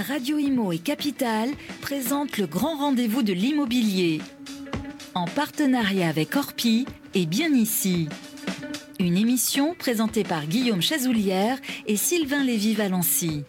Radio Imo et Capital présentent le grand rendez-vous de l'immobilier. En partenariat avec Orpi et Bien Ici. Une émission présentée par Guillaume Chazoulière et Sylvain Lévy-Valency.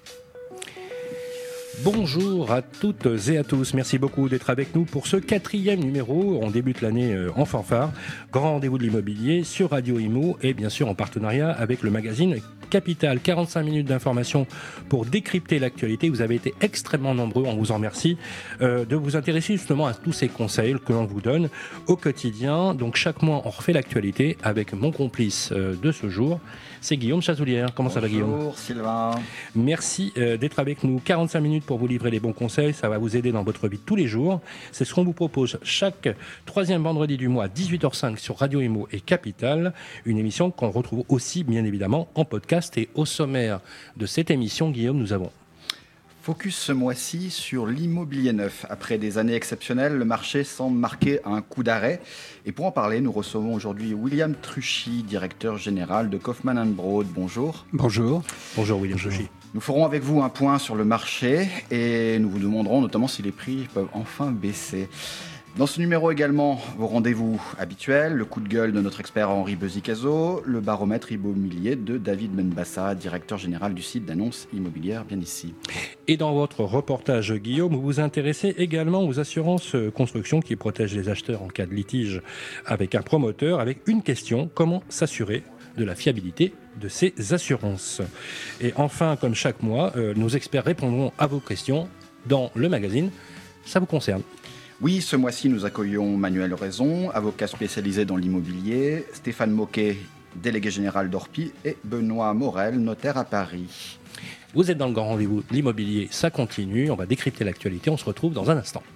Bonjour à toutes et à tous, merci beaucoup d'être avec nous pour ce 4e numéro. On débute l'année en fanfare, grand rendez-vous de l'immobilier sur Radio Imo et bien sûr en partenariat avec le magazine Capital. 45 minutes d'information pour décrypter l'actualité. Vous avez été extrêmement nombreux, on vous en remercie, de vous intéresser justement à tous ces conseils que l'on vous donne au quotidien. Donc chaque mois on refait l'actualité avec mon complice de ce jour, c'est Guillaume Chazoulière. Comment ça va Guillaume ? Bonjour Sylvain. Merci d'être avec nous. 45 minutes pour vous livrer les bons conseils, ça va vous aider dans votre vie de tous les jours. C'est ce qu'on vous propose chaque 3e vendredi du mois à 18h05 sur Radio Imo et Capital. Une émission qu'on retrouve aussi bien évidemment en podcast. Et au sommaire de cette émission, Guillaume, nous avons focus ce mois-ci sur l'immobilier neuf. Après des années exceptionnelles, le marché semble marquer un coup d'arrêt. Et pour en parler, nous recevons aujourd'hui William Truchy, directeur général de Kaufmann & Broad. Bonjour. Bonjour. Bonjour William Truchy. Nous ferons avec vous un point sur le marché et nous vous demanderons notamment si les prix peuvent enfin baisser. Dans ce numéro également, vos rendez-vous habituels, le coup de gueule de notre expert Henri Bezicazo, le baromètre immobilier de David Benbassa, directeur général du site d'annonces immobilières Bien Ici. Et dans votre reportage, Guillaume, vous vous intéressez également aux assurances construction qui protègent les acheteurs en cas de litige avec un promoteur, avec une question, comment s'assurer de la fiabilité de ces assurances. Et enfin, comme chaque mois, nos experts répondront à vos questions dans le magazine. Ça vous concerne ? Oui, ce mois-ci, nous accueillons Manuel Raison, avocat spécialisé dans l'immobilier, Stéphane Moquet, délégué général d'Orpi, et Benoît Morel, notaire à Paris. Vous êtes dans le grand rendez-vous de l'immobilier, ça continue, on va décrypter l'actualité, on se retrouve dans un instant.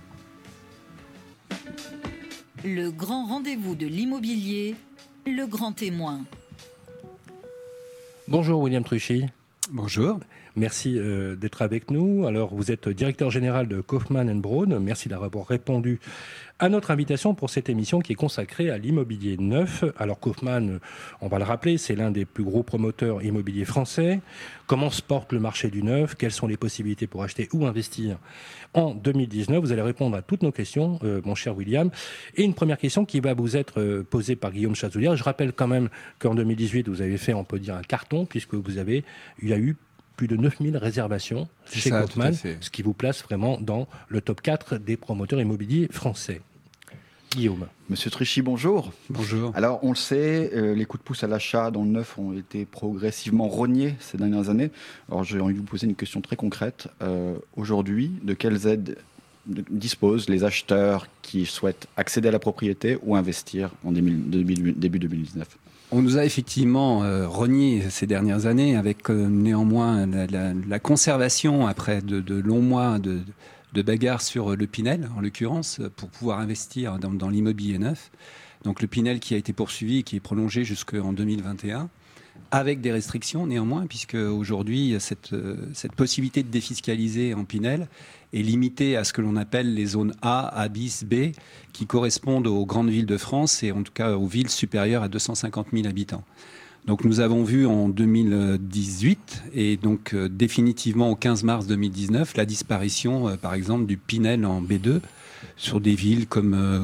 Le grand rendez-vous de l'immobilier, le grand témoin. Bonjour William Truchy. Bonjour. Merci d'être avec nous. Alors, vous êtes directeur général de Kaufmann & Broad. Merci d'avoir répondu à notre invitation pour cette émission qui est consacrée à l'immobilier neuf. Alors, Kaufmann, on va le rappeler, c'est l'un des plus gros promoteurs immobiliers français. Comment se porte le marché du neuf ? Quelles sont les possibilités pour acheter ou investir en 2019 ? Vous allez répondre à toutes nos questions, mon cher William. Et une première question qui va vous être posée par Guillaume Chazoulière. Je rappelle quand même qu'en 2018, vous avez fait, on peut dire, un carton, puisque il y a eu plus de 9000 réservations chez Kaufmann, ce qui vous place vraiment dans le top 4 des promoteurs immobiliers français. Guillaume. Monsieur Truchy, bonjour. Bonjour. Alors, on le sait, les coups de pouce à l'achat dans le neuf ont été progressivement rognés ces dernières années. Alors, j'ai envie de vous poser une question très concrète. Aujourd'hui, de quelles aides disposent les acheteurs qui souhaitent accéder à la propriété ou investir en début 2019 ? On nous a effectivement rogné ces dernières années avec néanmoins la conservation après de longs mois de bagarres sur le Pinel, en l'occurrence, pour pouvoir investir dans l'immobilier neuf. Donc le Pinel qui a été poursuivi et qui est prolongé jusqu'en 2021, avec des restrictions néanmoins, puisque aujourd'hui cette possibilité de défiscaliser en Pinel est limitée à ce que l'on appelle les zones A bis, B, qui correspondent aux grandes villes de France et en tout cas aux villes supérieures à 250 000 habitants. Donc nous avons vu en 2018 et donc définitivement au 15 mars 2019 la disparition par exemple du Pinel en B2 sur des villes comme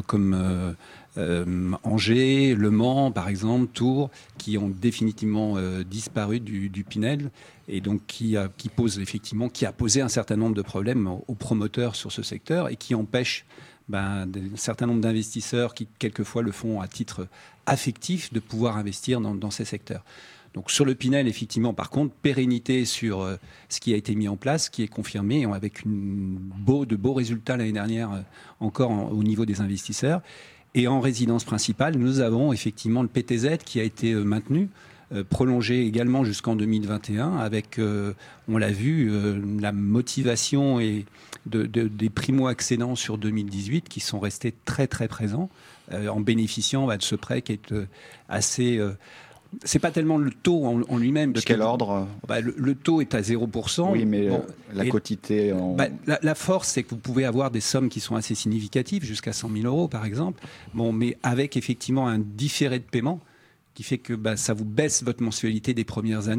Angers, Le Mans par exemple, Tours, qui ont définitivement disparu du Pinel et donc qui a posé un certain nombre de problèmes aux promoteurs sur ce secteur et qui empêche un certain nombre d'investisseurs qui quelquefois le font à titre affectif de pouvoir investir dans ces secteurs. Donc sur le Pinel, effectivement, par contre, pérennité sur ce qui a été mis en place, qui est confirmé avec de beaux résultats l'année dernière encore au niveau des investisseurs. Et en résidence principale, nous avons effectivement le PTZ qui a été maintenu, prolongé également jusqu'en 2021 avec, on l'a vu, la motivation et des primo-accédants sur 2018 qui sont restés très très présents en bénéficiant de ce prêt qui est assez... c'est pas tellement le taux en lui-même. De quel ordre ? Le taux est à 0%. Oui, mais la quotité... La force, c'est que vous pouvez avoir des sommes qui sont assez significatives, jusqu'à 100 000 euros par exemple, mais avec effectivement un différé de paiement qui fait que ça vous baisse votre mensualité des premières années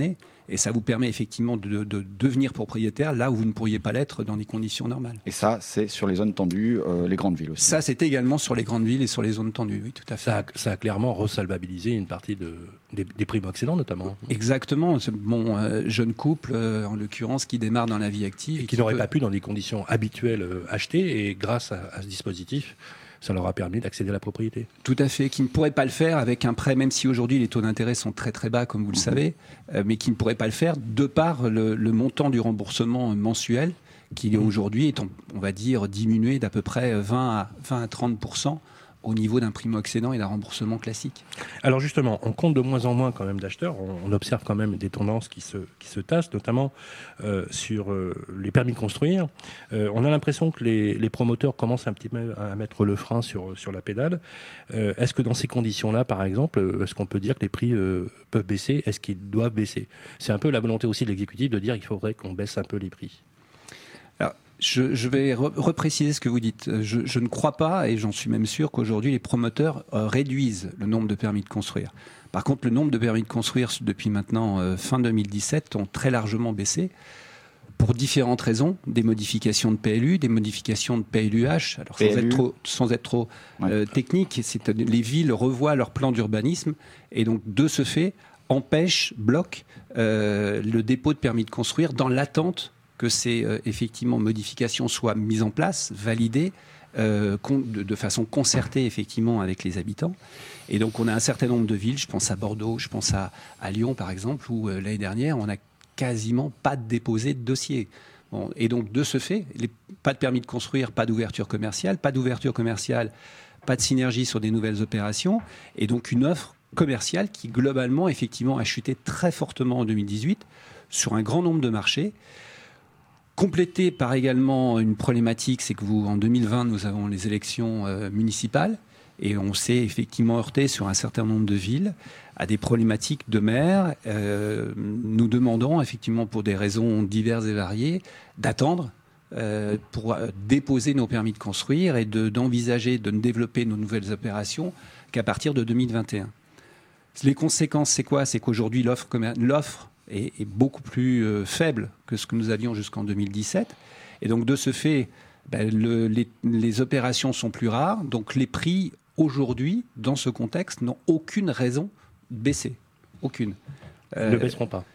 Et ça vous permet effectivement de devenir propriétaire là où vous ne pourriez pas l'être dans des conditions normales. Et ça, c'est sur les zones tendues, les grandes villes aussi. Ça, c'est également sur les grandes villes et sur les zones tendues, oui, tout à fait. Ça a clairement resolvabilisé une partie des primo-accédants, notamment. Exactement. Jeune couple, en l'occurrence, qui démarre dans la vie active. Et qui n'aurait pas pu, dans des conditions habituelles, acheter. Et grâce à ce dispositif, ça leur a permis d'accéder à la propriété. Tout à fait, qui ne pourrait pas le faire avec un prêt, même si aujourd'hui les taux d'intérêt sont très très bas, comme vous le savez, mais qui ne pourrait pas le faire de par le montant du remboursement mensuel, qui aujourd'hui est, on va dire, diminué d'à peu près 20 à 30% au niveau d'un primo-accédant et d'un remboursement classique. Alors justement, on compte de moins en moins quand même d'acheteurs. On observe quand même des tendances qui se tassent, notamment sur les permis de construire. On a l'impression que les promoteurs commencent un petit peu à mettre le frein sur la pédale. Est-ce que dans ces conditions-là, par exemple, est-ce qu'on peut dire que les prix peuvent baisser? Est-ce qu'ils doivent baisser? C'est un peu la volonté aussi de l'exécutif de dire qu'il faudrait qu'on baisse un peu les prix. Alors, je vais repréciser ce que vous dites. Je ne crois pas, et j'en suis même sûr, qu'aujourd'hui les promoteurs réduisent le nombre de permis de construire. Par contre, le nombre de permis de construire depuis maintenant fin 2017 ont très largement baissé pour différentes raisons. Des modifications de PLU, des modifications de PLUH. Alors, sans être trop technique, les villes revoient leur plan d'urbanisme et donc, de ce fait, bloquent le dépôt de permis de construire dans l'attente que ces effectivement modifications soient mises en place, validées de façon concertée effectivement avec les habitants. Et donc on a un certain nombre de villes, je pense à Bordeaux, je pense à Lyon par exemple, où l'année dernière on n'a quasiment pas déposé de dossier. Bon, et donc de ce fait, pas de permis de construire, pas d'ouverture commerciale, pas de synergie sur des nouvelles opérations, et donc une offre commerciale qui globalement effectivement a chuté très fortement en 2018 sur un grand nombre de marchés. Complété par également une problématique, c'est que en 2020, nous avons les élections municipales et on s'est effectivement heurté sur un certain nombre de villes à des problématiques de maires. Nous demandons effectivement, pour des raisons diverses et variées, d'attendre pour déposer nos permis de construire et d'envisager de ne développer nos nouvelles opérations qu'à partir de 2021. Les conséquences, c'est quoi? C'est qu'aujourd'hui, l'offre est beaucoup plus faible que ce que nous avions jusqu'en 2017. Et donc, de ce fait, les opérations sont plus rares. Donc, les prix, aujourd'hui, dans ce contexte, n'ont aucune raison de baisser. Aucune. Ne baisseront pas.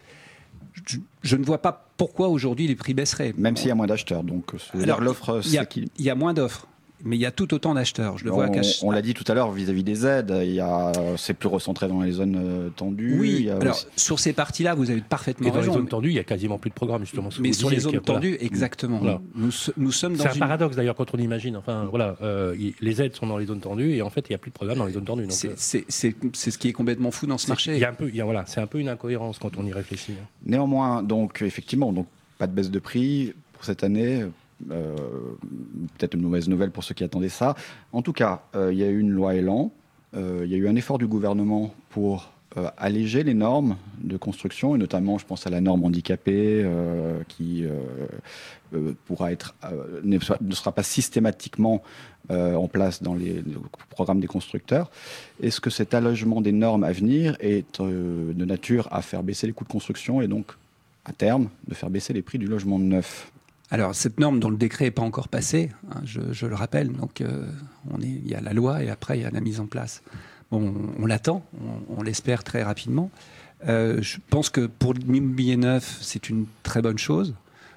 Je ne vois pas pourquoi, aujourd'hui, les prix baisseraient. Même s'il y a moins d'acheteurs. Donc, l'offre, il y a moins d'offres. Mais il y a tout autant d'acheteurs. On l'a dit tout à l'heure vis-à-vis des aides, c'est plus recentré dans les zones tendues. Oui, sur ces parties-là, vous avez parfément raison. Et dans les zones tendues, il n'y a quasiment plus de programme, justement. Mais sur les zones tendues, exactement. Voilà. Nous sommes dans c'est un paradoxe, d'ailleurs, quand on imagine. Enfin, voilà, les aides sont dans les zones tendues et en fait, il n'y a plus de programme dans les zones tendues. Donc, c'est ce qui est complètement fou dans ce marché. C'est un peu une incohérence quand on y réfléchit. Néanmoins, donc, effectivement, pas de baisse de prix pour cette année. Peut-être une mauvaise nouvelle pour ceux qui attendaient ça. En tout cas, il y a eu une loi Elan, il y a eu un effort du gouvernement pour alléger les normes de construction, et notamment, je pense à la norme handicapée qui pourra être, ne sera pas systématiquement en place dans les programmes des constructeurs. Est-ce que cet allègement des normes à venir est de nature à faire baisser les coûts de construction et donc, à terme, de faire baisser les prix du logement neuf ? Alors, cette norme dont le décret n'est pas encore passé, je le rappelle, donc il y a la loi et après il y a la mise en place. Bon, on l'attend, on l'espère très rapidement. Je pense que pour l'immobilier neuf, c'est une très bonne chose.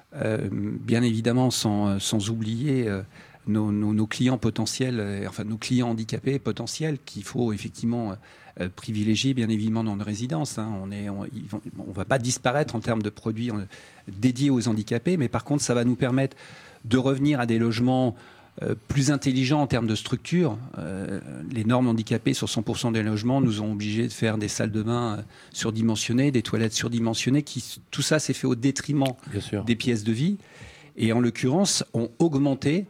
Bien évidemment, sans oublier nos clients potentiels, enfin nos clients handicapés potentiels qu'il faut effectivement privilégier bien évidemment dans nos résidences. On ne va pas disparaître en termes de produits dédiés aux handicapés, mais par contre ça va nous permettre de revenir à des logements plus intelligents en termes de structure. Les normes handicapées sur 100% des logements nous ont obligés de faire des salles de bain surdimensionnées, des toilettes surdimensionnées, tout ça s'est fait au détriment des pièces de vie, et en l'occurrence ont augmenté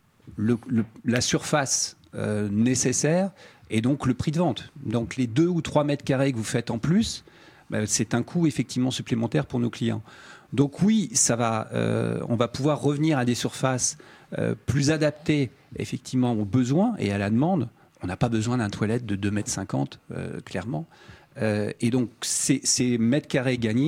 la surface nécessaire et donc le prix de vente. Donc les 2 ou 3 mètres carrés que vous faites en plus, c'est un coût effectivement supplémentaire pour nos clients. Donc oui, on va pouvoir revenir à des surfaces plus adaptées effectivement aux besoins et à la demande. On n'a pas besoin d'un toilette de 2,50 mètres, clairement. Et donc ces mètres carrés gagnés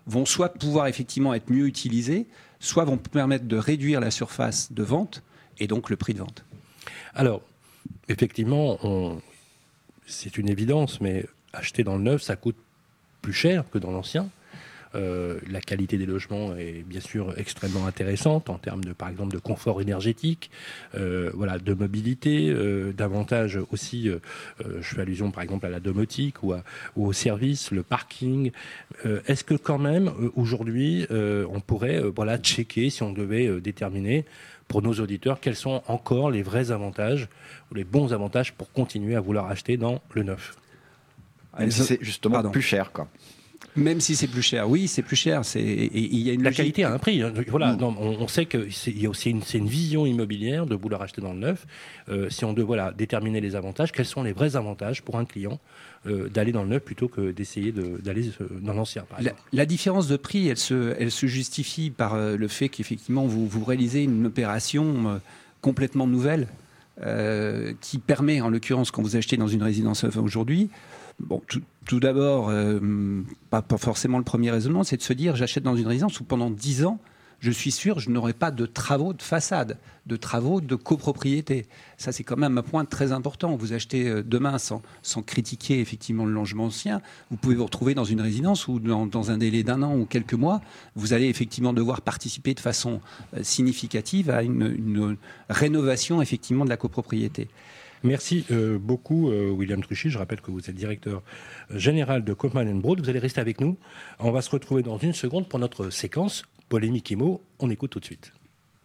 vont soit pouvoir effectivement être mieux utilisés, soit vont permettre de réduire la surface de vente et donc le prix de vente. Alors, effectivement, c'est une évidence, mais acheter dans le neuf, ça coûte plus cher que dans l'ancien. La qualité des logements est bien sûr extrêmement intéressante en termes par exemple de confort énergétique, de mobilité, d'avantages aussi. Je fais allusion par exemple à la domotique ou au service, le parking. Est-ce que quand même aujourd'hui on pourrait checker si on devait déterminer pour nos auditeurs quels sont encore les vrais avantages ou les bons avantages pour continuer à vouloir acheter dans le neuf? Même si c'est justement plus cher, quoi. Même si c'est plus cher, oui, c'est plus cher. Il y a une la qualité a un prix. Voilà, on sait que c'est une vision immobilière de vouloir acheter dans le neuf. Si on doit déterminer les avantages, quels sont les vrais avantages pour un client d'aller dans le neuf plutôt que d'essayer d'aller dans l'ancien, par exemple. La différence de prix, elle se justifie par le fait qu'effectivement vous réalisez une opération complètement nouvelle qui permet, en l'occurrence, quand vous achetez dans une résidence neuve aujourd'hui. Bon, tout d'abord, pas forcément le premier raisonnement, c'est de se dire j'achète dans une résidence où pendant 10 ans, je suis sûr je n'aurai pas de travaux de façade, de travaux de copropriété. Ça, c'est quand même un point très important. Vous achetez demain sans critiquer effectivement le logement ancien, vous pouvez vous retrouver dans une résidence où dans un délai d'1 an ou quelques mois, vous allez effectivement devoir participer de façon significative à une rénovation effectivement de la copropriété. Merci beaucoup, William Truchy. Je rappelle que vous êtes directeur général de Kaufmann & Broad. Vous allez rester avec nous. On va se retrouver dans une seconde pour notre séquence Polémique Immo. On écoute tout de suite.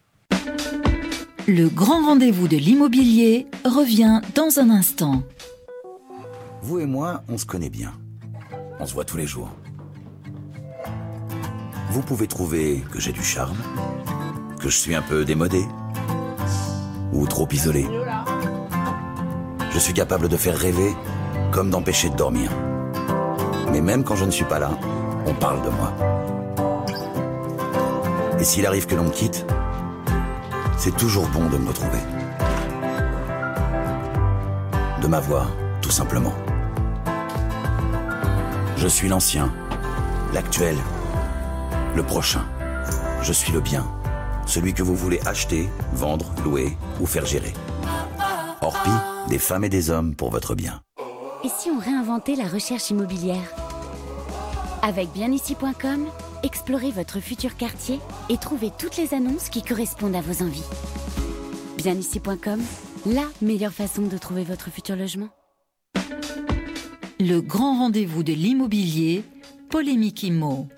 Le grand rendez-vous de l'immobilier revient dans un instant. Vous et moi, on se connaît bien. On se voit tous les jours. Vous pouvez trouver que j'ai du charme, que je suis un peu démodé, ou trop isolé. Je suis capable de faire rêver, comme d'empêcher de dormir. Mais même quand je ne suis pas là, on parle de moi. Et s'il arrive que l'on me quitte, c'est toujours bon de me retrouver. De m'avoir, tout simplement. Je suis l'ancien, l'actuel, le prochain. Je suis le bien, celui que vous voulez acheter, vendre, louer ou faire gérer. Orpi, des femmes et des hommes pour votre bien. Et si on réinventait la recherche immobilière? Avec bienici.com, explorez votre futur quartier et trouvez toutes les annonces qui correspondent à vos envies. Bienici.com, la meilleure façon de trouver votre futur logement. Le grand rendez-vous de l'immobilier, Polémique Immo.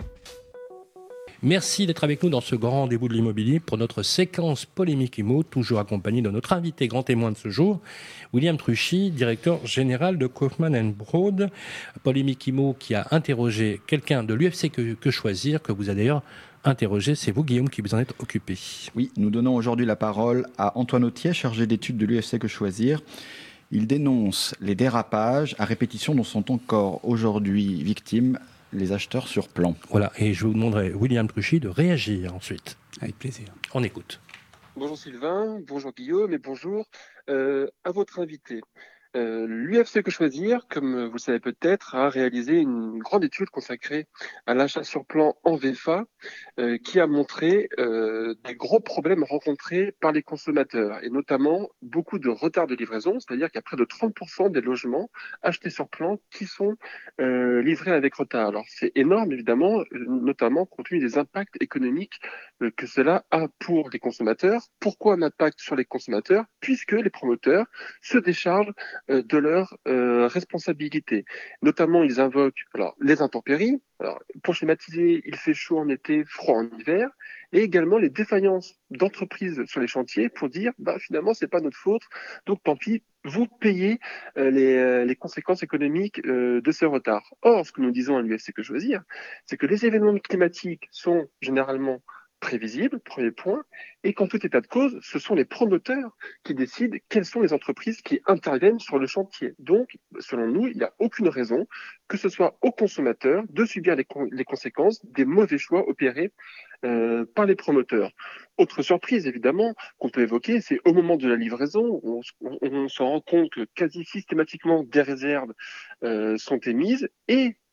Merci d'être avec nous dans ce grand rendez-vous de l'immobilier pour notre séquence Polémique Immo, toujours accompagné de notre invité grand témoin de ce jour, William Truchy, directeur général de Kaufmann & Broad. Polémique Immo qui a interrogé quelqu'un de l'UFC que choisir, que vous avez d'ailleurs interrogé. C'est vous, Guillaume, qui vous en êtes occupé. Oui, nous donnons aujourd'hui la parole à Antoine Autier, chargé d'études de l'UFC Que Choisir. Il dénonce les dérapages à répétition dont sont encore aujourd'hui victimes les acheteurs sur plan. Voilà, et je vous demanderai, William Truchy, de réagir ensuite. Avec plaisir. On écoute. Bonjour Sylvain, bonjour Guillaume et bonjour à votre invité. L'UFC Que Choisir, comme vous le savez peut-être, a réalisé une grande étude consacrée à l'achat sur plan en VFA qui a montré des gros problèmes rencontrés par les consommateurs et notamment beaucoup de retard de livraison, c'est-à-dire qu'il y a près de 30% des logements achetés sur plan qui sont livrés avec retard. Alors c'est énorme évidemment, notamment compte tenu des impacts économiques que cela a pour les consommateurs. Pourquoi un impact sur les consommateurs? Puisque les promoteurs se déchargent de leurs responsabilités. Notamment, ils invoquent les intempéries. Alors, pour schématiser, il fait chaud en été, froid en hiver, et également les défaillances d'entreprises sur les chantiers pour dire finalement, c'est pas notre faute, donc tant pis, vous payez les conséquences économiques de ce retard. Or, ce que nous disons à l'UFC Que Choisir, c'est que les événements climatiques sont généralement prévisible, premier point, et qu'en tout état de cause, ce sont les promoteurs qui décident quelles sont les entreprises qui interviennent sur le chantier. Donc, selon nous, il n'y a aucune raison que ce soit aux consommateurs de subir les conséquences des mauvais choix opérés par les promoteurs. Autre surprise, évidemment, qu'on peut évoquer, c'est au moment de la livraison, on se rend compte que quasi systématiquement des réserves sont émises et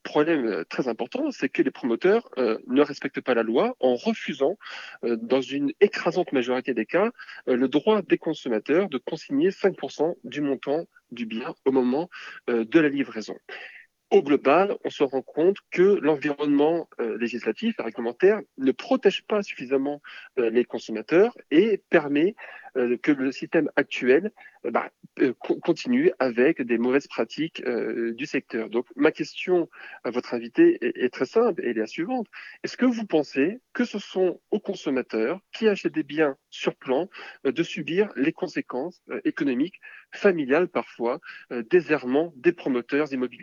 problème très important, c'est que les promoteurs ne respectent pas la loi en refusant, dans une écrasante majorité des cas, le droit des consommateurs de consigner 5% du montant du bien au moment de la livraison. Au global, on se rend compte que l'environnement législatif et réglementaire ne protège pas suffisamment les consommateurs et permet que le système actuel continue avec des mauvaises pratiques du secteur. Donc ma question à votre invité est très simple et elle est la suivante. Est-ce que vous pensez que ce sont aux consommateurs qui achètent des biens sur plan de subir les conséquences économiques, familiales parfois, des errements des promoteurs immobiliers ?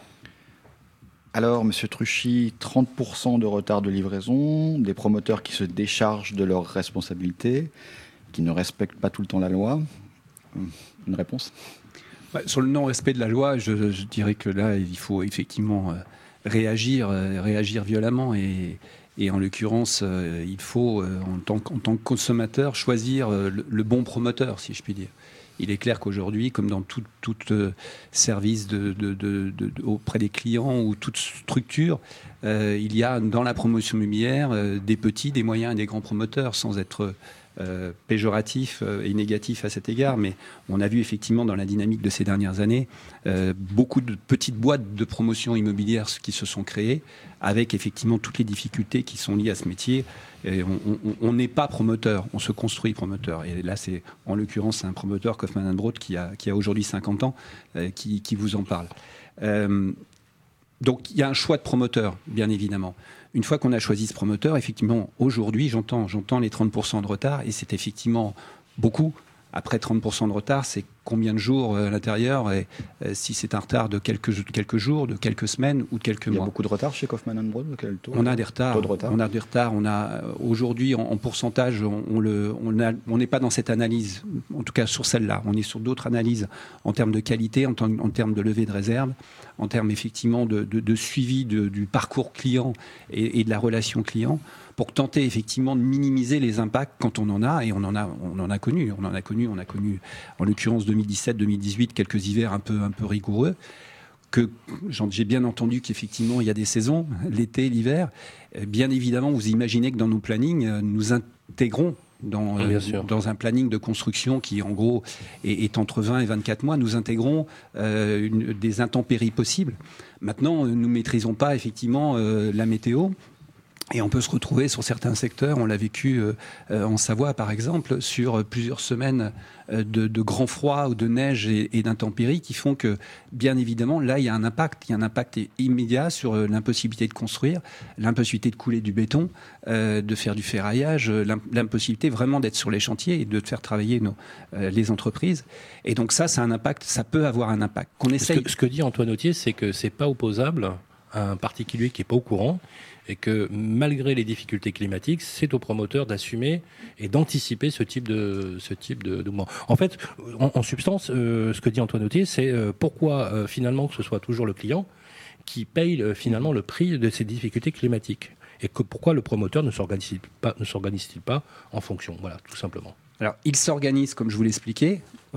Alors, Monsieur Truchy, 30% de retard de livraison, des promoteurs qui se déchargent de leurs responsabilités, qui ne respectent pas tout le temps la loi. Une réponse ? Sur le non-respect de la loi, je dirais que là, il faut effectivement réagir violemment et en l'occurrence, il faut, en tant que consommateur, choisir le bon promoteur, si je puis dire. Il est clair qu'aujourd'hui, comme dans tout service auprès des clients ou toute structure, il y a dans la promotion immobilière des petits, des moyens et des grands promoteurs, sans être péjoratif et négatif à cet égard, mais on a vu effectivement dans la dynamique de ces dernières années beaucoup de petites boîtes de promotion immobilière qui se sont créées avec effectivement toutes les difficultés qui sont liées à ce métier. Et on n'est pas promoteur, on se construit promoteur. Et là, c'est en l'occurrence un promoteur, Kaufmann & Broad, qui a aujourd'hui 50 ans, qui vous en parle. Donc il y a un choix de promoteur, bien évidemment. Une fois qu'on a choisi ce promoteur, effectivement, aujourd'hui, j'entends les 30% de retard, et c'est effectivement beaucoup. Après 30% de retard, c'est combien de jours à l'intérieur, et si c'est un retard de quelques jours, de quelques semaines ou de quelques mois. Il y a beaucoup de retard chez Kaufmann & Broad. Quel taux ? On a des retards. On a des retards. On a aujourd'hui en pourcentage, on n'est pas dans cette analyse. En tout cas sur celle-là, on est sur d'autres analyses en termes de qualité, en termes de levée de réserve, en termes effectivement de suivi du parcours client et de la relation client, pour tenter effectivement de minimiser les impacts quand on en a, et on en a connu en l'occurrence 2017-2018 quelques hivers un peu rigoureux, que j'ai bien entendu qu'effectivement il y a des saisons, l'été, l'hiver. Bien évidemment, vous imaginez que dans nos plannings, nous intégrons dans un planning de construction qui en gros est entre 20 et 24 mois, nous intégrons des intempéries possibles. Maintenant, nous ne maîtrisons pas effectivement la météo. Et on peut se retrouver sur certains secteurs, on l'a vécu en Savoie par exemple, sur plusieurs semaines de grand froid ou de neige et d'intempéries qui font que, bien évidemment, là il y a un impact immédiat sur l'impossibilité de construire, l'impossibilité de couler du béton, de faire du ferraillage, l'impossibilité vraiment d'être sur les chantiers et de faire travailler les entreprises. Et donc ça a un impact, ça peut avoir un impact. Ce que dit Antoine Autier, c'est que c'est pas opposable à un particulier qui n'est pas au courant, et que malgré les difficultés climatiques, c'est aux promoteurs d'assumer et d'anticiper ce type de mouvement. En fait, en substance, ce que dit Antoine Autier, c'est pourquoi finalement que ce soit toujours le client qui paye finalement le prix de ces difficultés climatiques, et pourquoi le promoteur ne s'organise-t-il pas en fonction. Voilà, tout simplement. Alors, il s'organise, comme je vous l'expliquais,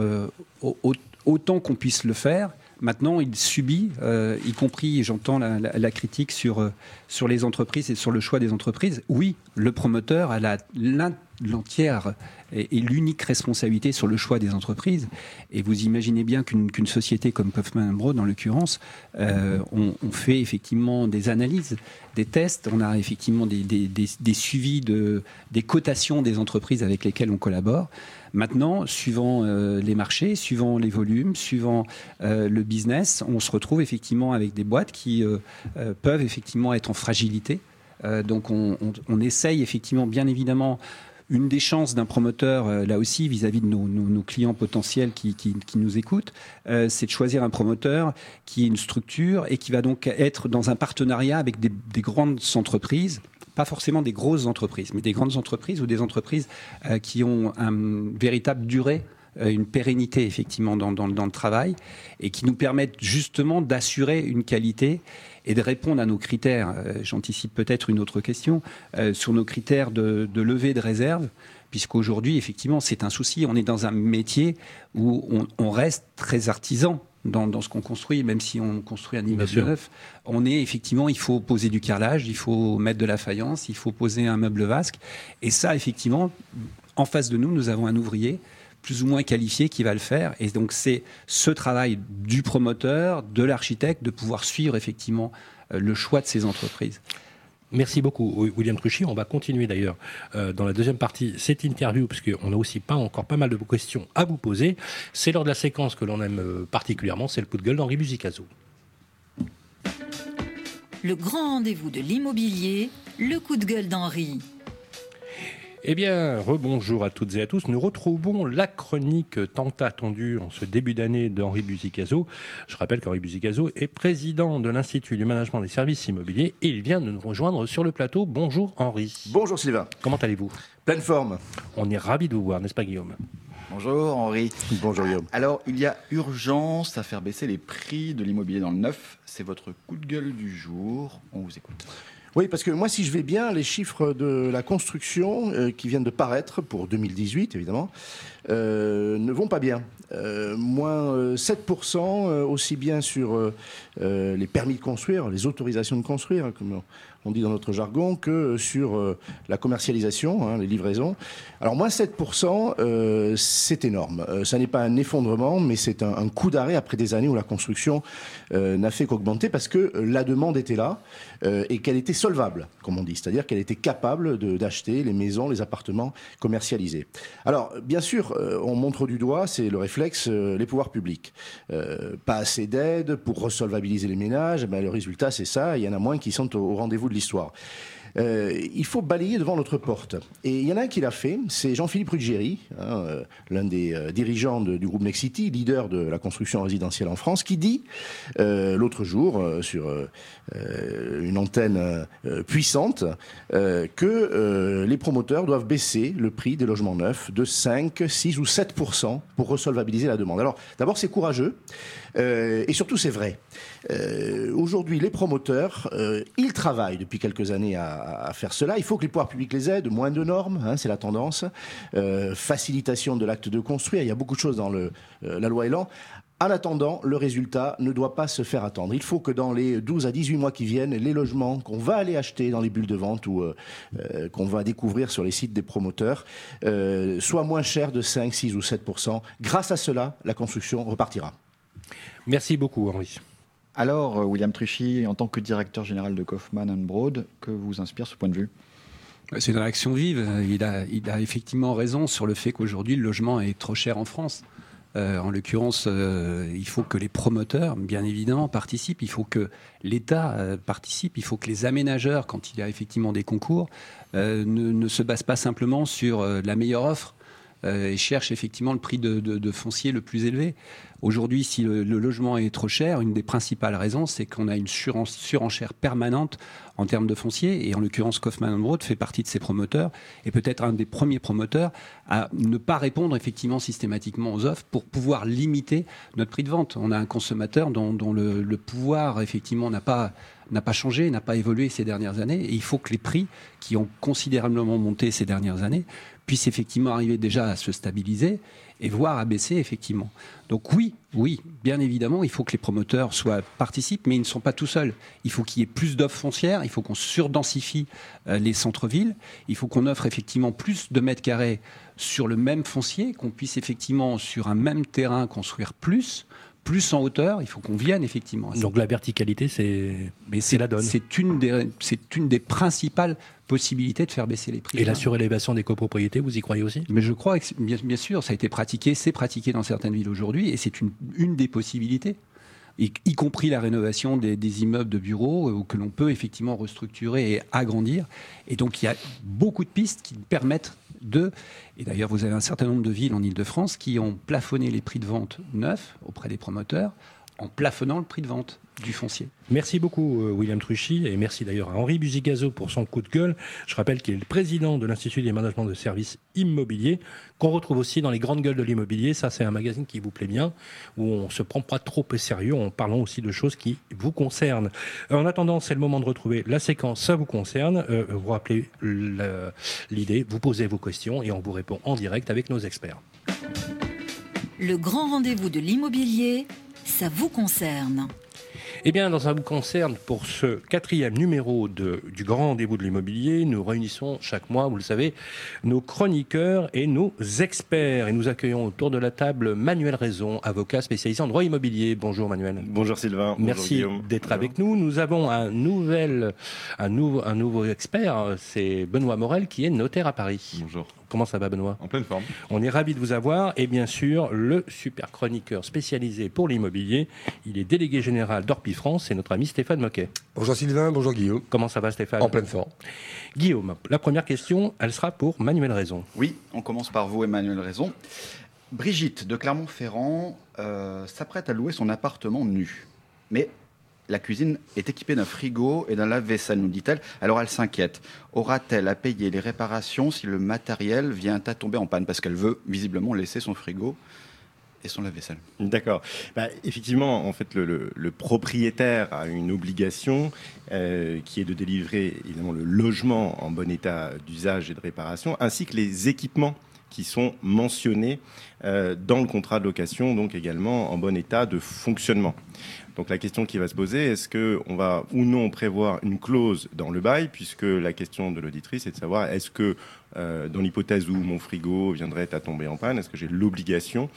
autant qu'on puisse le faire. Maintenant, il subit, y compris, j'entends la critique sur les entreprises et sur le choix des entreprises. Oui, le promoteur a l'entière et l'unique responsabilité sur le choix des entreprises. Et vous imaginez bien qu'une société comme Kaufmann & Broad, en l'occurrence, on fait effectivement des analyses, des tests, on a effectivement des suivis des cotations des entreprises avec lesquelles on collabore. Maintenant, suivant les marchés, suivant les volumes, suivant le business, on se retrouve effectivement avec des boîtes qui peuvent effectivement être en fragilité. Donc on essaye effectivement, bien évidemment, une des chances d'un promoteur, là aussi, vis-à-vis de nos clients potentiels qui nous écoutent, c'est de choisir un promoteur qui est une structure et qui va donc être dans un partenariat avec des grandes entreprises. Pas forcément des grosses entreprises, mais des grandes entreprises ou des entreprises qui ont une véritable durée, une pérennité effectivement dans le travail, et qui nous permettent justement d'assurer une qualité et de répondre à nos critères. J'anticipe peut-être une autre question sur nos critères de levée de réserve, puisqu'aujourd'hui effectivement c'est un souci. On est dans un métier où on reste très artisan. dans ce qu'on construit, même si on construit un immeuble neuf. Il faut poser du carrelage, il faut mettre de la faïence, il faut poser un meuble vasque. Et ça, effectivement, en face de nous, nous avons un ouvrier plus ou moins qualifié qui va le faire. Et donc, c'est ce travail du promoteur, de l'architecte, de pouvoir suivre effectivement le choix de ces entreprises. Merci beaucoup, William Truchy. On va continuer d'ailleurs dans la deuxième partie cette interview, parce qu'on n'a aussi encore pas mal de questions à vous poser. C'est lors de la séquence que l'on aime particulièrement, c'est le coup de gueule d'Henri Buzicazo. Le grand rendez-vous de l'immobilier, le coup de gueule d'Henri. Eh bien, rebonjour à toutes et à tous. Nous retrouvons la chronique tant attendue en ce début d'année d'Henri Buzicazo. Je rappelle qu'Henri Buzicazo est président de l'Institut du management des services immobiliers et il vient de nous rejoindre sur le plateau. Bonjour Henri. Bonjour Sylvain. Comment allez-vous ? Pleine forme. On est ravis de vous voir, n'est-ce pas Guillaume ? Bonjour Henri. Bonjour Guillaume. Alors, il y a urgence à faire baisser les prix de l'immobilier dans le neuf. C'est votre coup de gueule du jour. On vous écoute. Oui, parce que moi, si je vais bien, les chiffres de la construction qui viennent de paraître pour 2018, évidemment, ne vont pas bien. Moins 7%, aussi bien sur les permis de construire, les autorisations de construire, comme on dit dans notre jargon, que sur la commercialisation, les livraisons. Alors, moins 7%, c'est énorme. Ça n'est pas un effondrement, mais c'est un coup d'arrêt après des années où la construction n'a fait qu'augmenter parce que la demande était là et qu'elle était solvable, comme on dit. C'est-à-dire qu'elle était capable d'acheter les maisons, les appartements commercialisés. Alors, bien sûr, on montre du doigt, c'est le réflexe, les pouvoirs publics. Pas assez d'aide pour resolvabiliser les ménages. Ben, le résultat, c'est ça. Il y en a moins qui sont au rendez-vous de l'histoire. Il faut balayer devant notre porte. Et il y en a un qui l'a fait, c'est Jean-Philippe Ruggieri, l'un des dirigeants du groupe Nexity, leader de la construction résidentielle en France, qui dit l'autre jour sur une antenne puissante que les promoteurs doivent baisser le prix des logements neufs de 5, 6 ou 7% pour resolvabiliser la demande. Alors d'abord c'est courageux et surtout c'est vrai. Aujourd'hui les promoteurs, ils travaillent depuis quelques années à faire cela. Il faut que les pouvoirs publics les aident, moins de normes, c'est la tendance, facilitation de l'acte de construire, il y a beaucoup de choses dans la loi Elan. En attendant, le résultat ne doit pas se faire attendre. Il faut que dans les 12 à 18 mois qui viennent, les logements qu'on va aller acheter dans les bulles de vente ou qu'on va découvrir sur les sites des promoteurs soient moins chers de 5, 6 ou 7%. Grâce à cela, la construction repartira. Merci beaucoup Henri. Alors, William Truchy, en tant que directeur général de Kaufmann & Broad, que vous inspire ce point de vue ? C'est une réaction vive. Il a effectivement raison sur le fait qu'aujourd'hui, le logement est trop cher en France. En l'occurrence, il faut que les promoteurs, bien évidemment, participent. Il faut que l'État participe. Il faut que les aménageurs, quand il y a effectivement des concours, ne se basent pas simplement sur la meilleure offre et cherchent effectivement le prix de foncier le plus élevé. Aujourd'hui, si le logement est trop cher, une des principales raisons, c'est qu'on a une surenchère permanente en termes de foncier. Et en l'occurrence, Kaufmann & Broad fait partie de ces promoteurs et peut-être un des premiers promoteurs à ne pas répondre effectivement systématiquement aux offres pour pouvoir limiter notre prix de vente. On a un consommateur dont le pouvoir effectivement n'a pas changé, n'a pas évolué ces dernières années. Et il faut que les prix qui ont considérablement monté ces dernières années puissent effectivement arriver déjà à se stabiliser et voire à baisser effectivement. Donc oui, bien évidemment, il faut que les promoteurs participent, mais ils ne sont pas tout seuls. Il faut qu'il y ait plus d'offres foncières, il faut qu'on surdensifie les centres-villes, il faut qu'on offre effectivement plus de mètres carrés sur le même foncier, qu'on puisse effectivement sur un même terrain construire plus en hauteur, il faut qu'on vienne effectivement. Donc la verticalité, c'est la donne. C'est une des principales possibilités de faire baisser les prix. Et la surélévation des copropriétés, vous y croyez aussi ? Mais je crois que bien sûr, ça a été pratiqué, c'est pratiqué dans certaines villes aujourd'hui, et c'est une des possibilités. Y compris la rénovation des immeubles de bureaux que l'on peut effectivement restructurer et agrandir. Et donc il y a beaucoup de pistes qui permettent et d'ailleurs vous avez un certain nombre de villes en Ile-de-France qui ont plafonné les prix de vente neufs auprès des promoteurs en plafonnant le prix de vente du foncier. Merci beaucoup William Truchy et merci d'ailleurs à Henri Buzicazo pour son coup de gueule. Je rappelle qu'il est le président de l'Institut des managements de services immobiliers qu'on retrouve aussi dans les grandes gueules de l'immobilier. Ça c'est un magazine qui vous plaît bien où on se prend pas trop au sérieux en parlant aussi de choses qui vous concernent. En attendant, c'est le moment de retrouver la séquence Ça vous concerne. Vous rappelez l'idée, vous posez vos questions et on vous répond en direct avec nos experts. Le grand rendez-vous de l'immobilier, Ça vous concerne. Eh bien, dans un vous concerne, pour ce 4e numéro du Grand Rendez-vous de l'immobilier, nous réunissons chaque mois, vous le savez, nos chroniqueurs et nos experts. Et nous accueillons autour de la table Manuel Raison, avocat spécialisé en droit immobilier. Bonjour Manuel. Bonjour Sylvain. Merci d'être avec nous. Nous avons un nouveau expert, c'est Benoît Morel, qui est notaire à Paris. Bonjour. Comment ça va Benoît ? En pleine forme. On est ravis de vous avoir et bien sûr le super chroniqueur spécialisé pour l'immobilier, il est délégué général d'Orpi France, c'est notre ami Stéphane Moquet. Bonjour Sylvain, bonjour Guillaume. Comment ça va Stéphane ? En pleine forme. Guillaume, la première question, elle sera pour Manuel Raison. Oui, on commence par vous Emmanuel Raison. Brigitte de Clermont-Ferrand s'apprête à louer son appartement nu. Mais la cuisine est équipée d'un frigo et d'un lave-vaisselle, nous dit-elle. Alors elle s'inquiète. Aura-t-elle à payer les réparations si le matériel vient à tomber en panne ? Parce qu'elle veut visiblement laisser son frigo et son lave-vaisselle. D'accord. Effectivement, en fait, le propriétaire a une obligation qui est de délivrer évidemment le logement en bon état d'usage et de réparation, ainsi que les équipements qui sont mentionnés dans le contrat de location, donc également en bon état de fonctionnement. Donc la question qui va se poser, est-ce qu'on va ou non prévoir une clause dans le bail, puisque la question de l'auditrice est de savoir, est-ce que dans l'hypothèse où mon frigo viendrait à tomber en panne, est-ce que j'ai l'obligation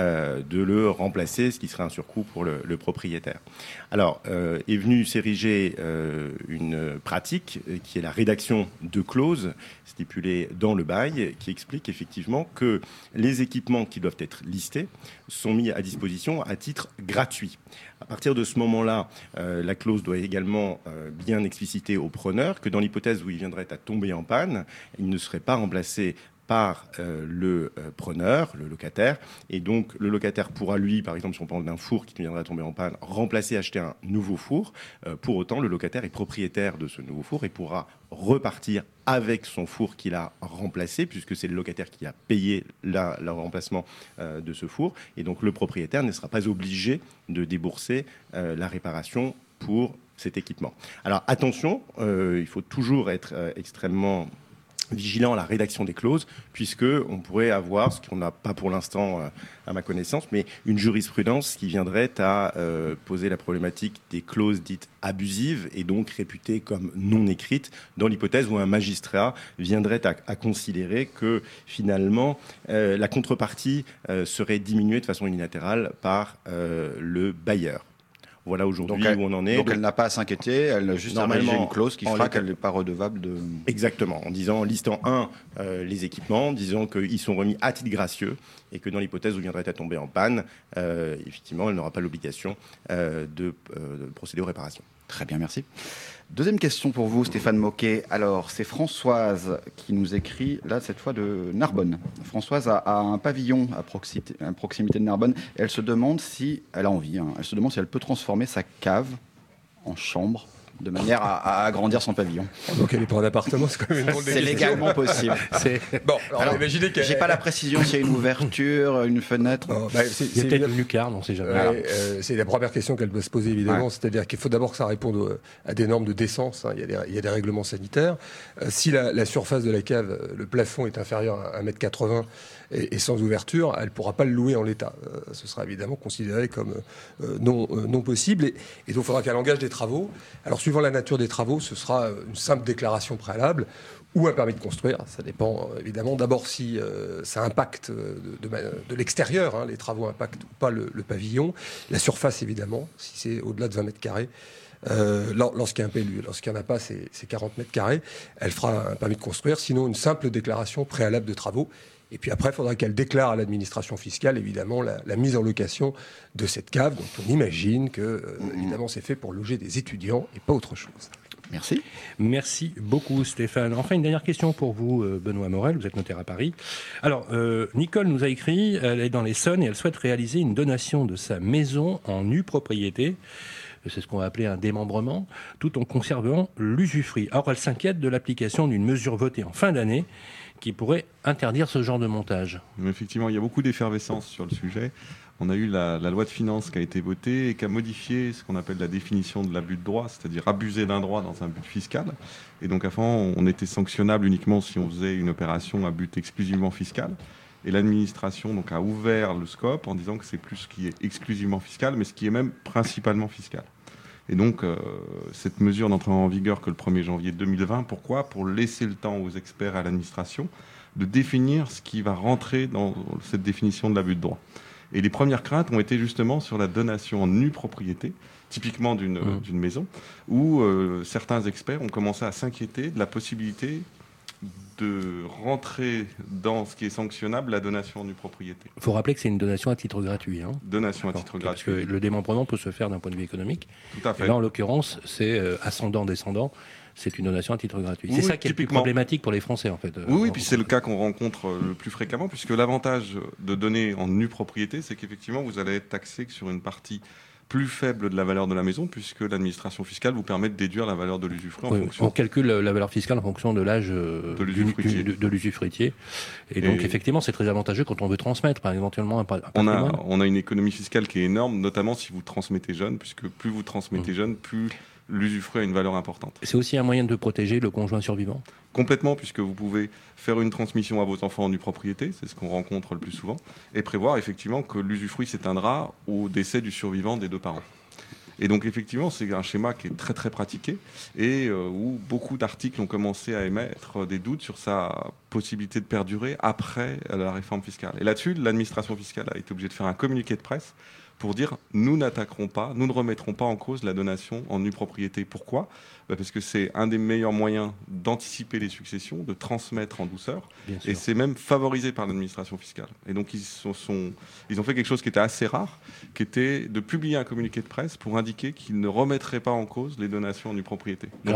de le remplacer, ce qui serait un surcoût pour le propriétaire. Alors, est venue s'ériger une pratique qui est la rédaction de clauses stipulées dans le bail, qui explique effectivement que les équipements qui doivent être listés sont mis à disposition à titre gratuit. À partir de ce moment-là, la clause doit également bien expliciter au preneur que dans l'hypothèse où il viendrait à tomber en panne, il ne serait pas remplacé par le preneur, le locataire, et donc le locataire pourra lui, par exemple si on parle d'un four qui viendrait à tomber en panne, remplacer, acheter un nouveau four. Pour autant, le locataire est propriétaire de ce nouveau four et pourra repartir avec son four qu'il a remplacé, puisque c'est le locataire qui a payé le remplacement de ce four, et donc le propriétaire ne sera pas obligé de débourser la réparation pour cet équipement. Alors attention, il faut toujours être extrêmement vigilant à la rédaction des clauses, puisque on pourrait avoir, ce qu'on n'a pas pour l'instant à ma connaissance, mais une jurisprudence qui viendrait à poser la problématique des clauses dites abusives et donc réputées comme non écrites, dans l'hypothèse où un magistrat viendrait à considérer que finalement la contrepartie serait diminuée de façon unilatérale par le bailleur. Voilà aujourd'hui où on en est. Donc elle n'a pas à s'inquiéter, elle a juste à rédiger une clause qui fera qu'elle n'est pas redevable de... Exactement, en listant les équipements, disant qu'ils sont remis à titre gracieux et que dans l'hypothèse où viendrait à tomber en panne, effectivement, elle n'aura pas l'obligation de procéder aux réparations. Très bien, merci. Deuxième question pour vous, Stéphane Moquet. Alors, c'est Françoise qui nous écrit, là, cette fois de Narbonne. Françoise a un pavillon à proximité de Narbonne. Et elle se demande si, elle a envie, elle se demande si elle peut transformer sa cave en chambre de manière à agrandir son pavillon. Donc elle n'est pas en appartement, c'est quand même une drôle de question. C'est légalement possible. Bon, alors imaginez qu'elle... J'ai pas la précision s'il y a une ouverture, une fenêtre. Non, il y a peut-être une lucarne, on ne sait jamais. C'est la première question qu'elle doit se poser, évidemment. Ouais. C'est-à-dire qu'il faut d'abord que ça réponde à des normes de décence. Il y a des règlements sanitaires. Si la surface de la cave, le plafond est inférieur à 1,80 m et sans ouverture, elle ne pourra pas le louer en l'état. Ce sera évidemment considéré comme non possible. Et donc il faudra qu'elle engage des travaux. Alors suivant la nature des travaux, ce sera une simple déclaration préalable ou un permis de construire. Ça dépend évidemment d'abord si ça impacte de l'extérieur, les travaux impactent ou pas le pavillon. La surface évidemment, si c'est au-delà de 20 mètres carrés. Lorsqu'il y a un PLU, lorsqu'il n'y en a pas, c'est 40 mètres carrés. Elle fera un permis de construire, sinon une simple déclaration préalable de travaux. Et puis après, il faudra qu'elle déclare à l'administration fiscale, évidemment, la mise en location de cette cave, dont on imagine que, évidemment, c'est fait pour loger des étudiants et pas autre chose. Merci. Merci beaucoup, Stéphane. Enfin, une dernière question pour vous, Benoît Morel. Vous êtes notaire à Paris. Alors, Nicole nous a écrit, elle est dans l'Essonne et elle souhaite réaliser une donation de sa maison en nue propriété. C'est ce qu'on va appeler un démembrement, tout en conservant l'usufruit. Or, elle s'inquiète de l'application d'une mesure votée en fin d'année qui pourrait interdire ce genre de montage. Effectivement, il y a beaucoup d'effervescence sur le sujet. On a eu la loi de finances qui a été votée et qui a modifié ce qu'on appelle la définition de l'abus de droit, c'est-à-dire abuser d'un droit dans un but fiscal. Et donc avant, on était sanctionnable uniquement si on faisait une opération à but exclusivement fiscal. Et l'administration donc, a ouvert le scope en disant que c'est plus ce qui est exclusivement fiscal, mais ce qui est même principalement fiscal. Et donc, cette mesure n'entrera en vigueur que le 1er janvier 2020. Pourquoi ? Pour laisser le temps aux experts et à l'administration de définir ce qui va rentrer dans cette définition de l'abus de droit. Et les premières craintes ont été justement sur la donation en nue propriété, typiquement d'une maison, où certains experts ont commencé à s'inquiéter de la possibilité de rentrer dans ce qui est sanctionnable, la donation en nue propriété. Il faut rappeler que c'est une donation à titre gratuit. Donation à titre gratuit. Parce que le démembrement peut se faire d'un point de vue économique. Tout à fait. Et là, en l'occurrence, c'est ascendant-descendant. C'est une donation à titre gratuit. C'est ça qui est le plus problématique pour les Français, en fait. Oui, puis c'est le cas qu'on rencontre le plus fréquemment, puisque l'avantage de donner en nue propriété, c'est qu'effectivement, vous allez être taxé sur une partie plus faible de la valeur de la maison, puisque l'administration fiscale vous permet de déduire la valeur de l'usufruit en fonction. On calcule la valeur fiscale en fonction de l'âge de l'usufruitier. Et donc, effectivement, c'est très avantageux quand on veut transmettre, par éventuellement un patrimoine. On a une économie fiscale qui est énorme, notamment si vous transmettez jeune, puisque plus vous transmettez jeune, plus l'usufruit a une valeur importante. C'est aussi un moyen de protéger le conjoint survivant ? Complètement, puisque vous pouvez faire une transmission à vos enfants en nue propriété, c'est ce qu'on rencontre le plus souvent, et prévoir effectivement que l'usufruit s'éteindra au décès du survivant des deux parents. Et donc effectivement, c'est un schéma qui est très très pratiqué et où beaucoup d'articles ont commencé à émettre des doutes sur sa possibilité de perdurer après la réforme fiscale. Et là-dessus, l'administration fiscale a été obligée de faire un communiqué de presse pour dire nous n'attaquerons pas, nous ne remettrons pas en cause la donation en nue propriété. Pourquoi ? Parce que c'est un des meilleurs moyens d'anticiper les successions, de transmettre en douceur, et c'est même favorisé par l'administration fiscale. Et donc ils ont fait quelque chose qui était assez rare, qui était de publier un communiqué de presse pour indiquer qu'ils ne remettraient pas en cause les donations en nue propriété. Donc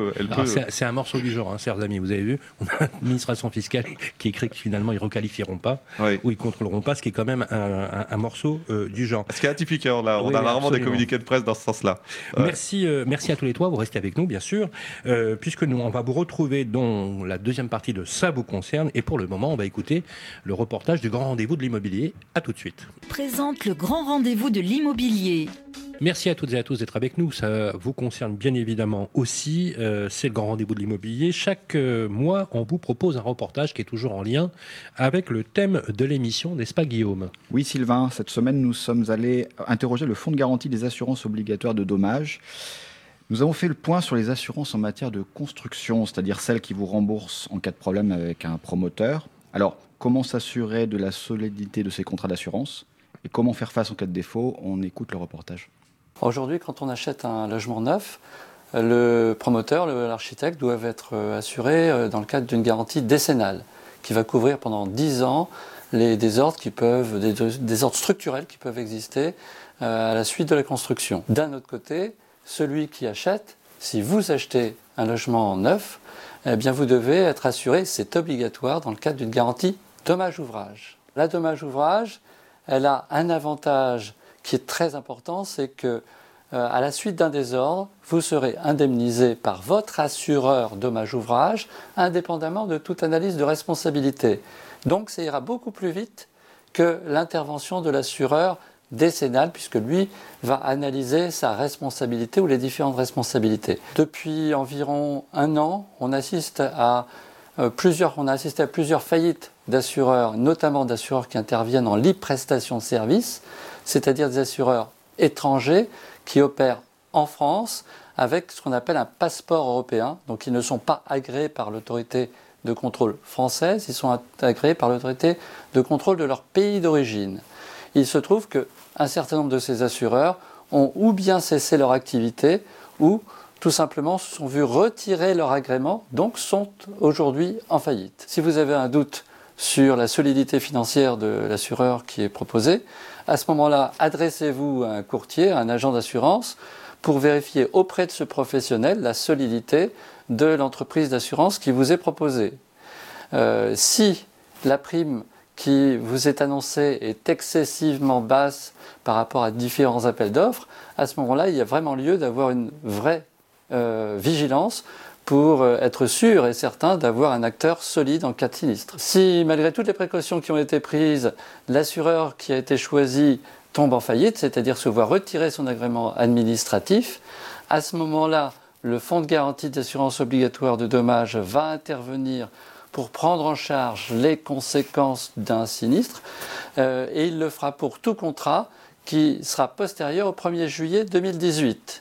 c'est un morceau du genre, chers amis, vous avez vu, on a l'administration fiscale qui écrit que finalement ils requalifieront pas, ou ils contrôleront pas, ce qui est quand même un morceau du genre. Ce qui est atypique, on a rarement des communiqués de presse dans ce sens-là. Merci à tous les trois, vous restez avec nous bien sûr, puisque on va vous retrouver dans la deuxième partie de Ça vous concerne, et pour le moment on va écouter le reportage du Grand Rendez-vous de l'immobilier. À tout de suite. Présente le Grand Rendez-vous de l'immobilier. Merci à toutes et à tous d'être avec nous. Ça vous concerne bien évidemment aussi. C'est le Grand Rendez-vous de l'immobilier. Chaque mois, on vous propose un reportage qui est toujours en lien avec le thème de l'émission, n'est-ce pas Guillaume ? Oui Sylvain, cette semaine nous sommes allés interroger le Fonds de garantie des assurances obligatoires de dommages. Nous avons fait le point sur les assurances en matière de construction, c'est-à-dire celles qui vous remboursent en cas de problème avec un promoteur. Alors, comment s'assurer de la solidité de ces contrats d'assurance ? Et comment faire face en cas de défaut ? On écoute le reportage. Aujourd'hui, quand on achète un logement neuf, le promoteur, l'architecte doivent être assurés dans le cadre d'une garantie décennale qui va couvrir pendant 10 ans des désordres structurels qui peuvent exister à la suite de la construction. D'un autre côté, celui qui achète, si vous achetez un logement neuf, eh bien vous devez être assuré, c'est obligatoire dans le cadre d'une garantie dommage-ouvrage. La dommage-ouvrage, elle a un avantage qui est très important, c'est que à la suite d'un désordre, vous serez indemnisé par votre assureur dommage-ouvrage, indépendamment de toute analyse de responsabilité. Donc ça ira beaucoup plus vite que l'intervention de l'assureur décennal, puisque lui va analyser sa responsabilité ou les différentes responsabilités. Depuis environ 1 an, on assiste à plusieurs faillites d'assureurs, notamment d'assureurs qui interviennent en libre prestation de services, c'est-à-dire des assureurs étrangers qui opèrent en France avec ce qu'on appelle un passeport européen. Donc ils ne sont pas agréés par l'autorité de contrôle française, ils sont agréés par l'autorité de contrôle de leur pays d'origine. Il se trouve qu'un certain nombre de ces assureurs ont ou bien cessé leur activité ou tout simplement se sont vus retirer leur agrément, donc sont aujourd'hui en faillite. Si vous avez un doute sur la solidité financière de l'assureur qui est proposé, à ce moment-là, adressez-vous à un courtier, à un agent d'assurance, pour vérifier auprès de ce professionnel la solidité de l'entreprise d'assurance qui vous est proposée. Si la prime qui vous est annoncée est excessivement basse par rapport à différents appels d'offres, à ce moment-là, il y a vraiment lieu d'avoir une vraie vigilance pour être sûr et certain d'avoir un acteur solide en cas de sinistre. Si, malgré toutes les précautions qui ont été prises, l'assureur qui a été choisi tombe en faillite, c'est-à-dire se voit retirer son agrément administratif, à ce moment-là, le Fonds de garantie d'assurance obligatoire de dommages va intervenir pour prendre en charge les conséquences d'un sinistre et il le fera pour tout contrat qui sera postérieur au 1er juillet 2018.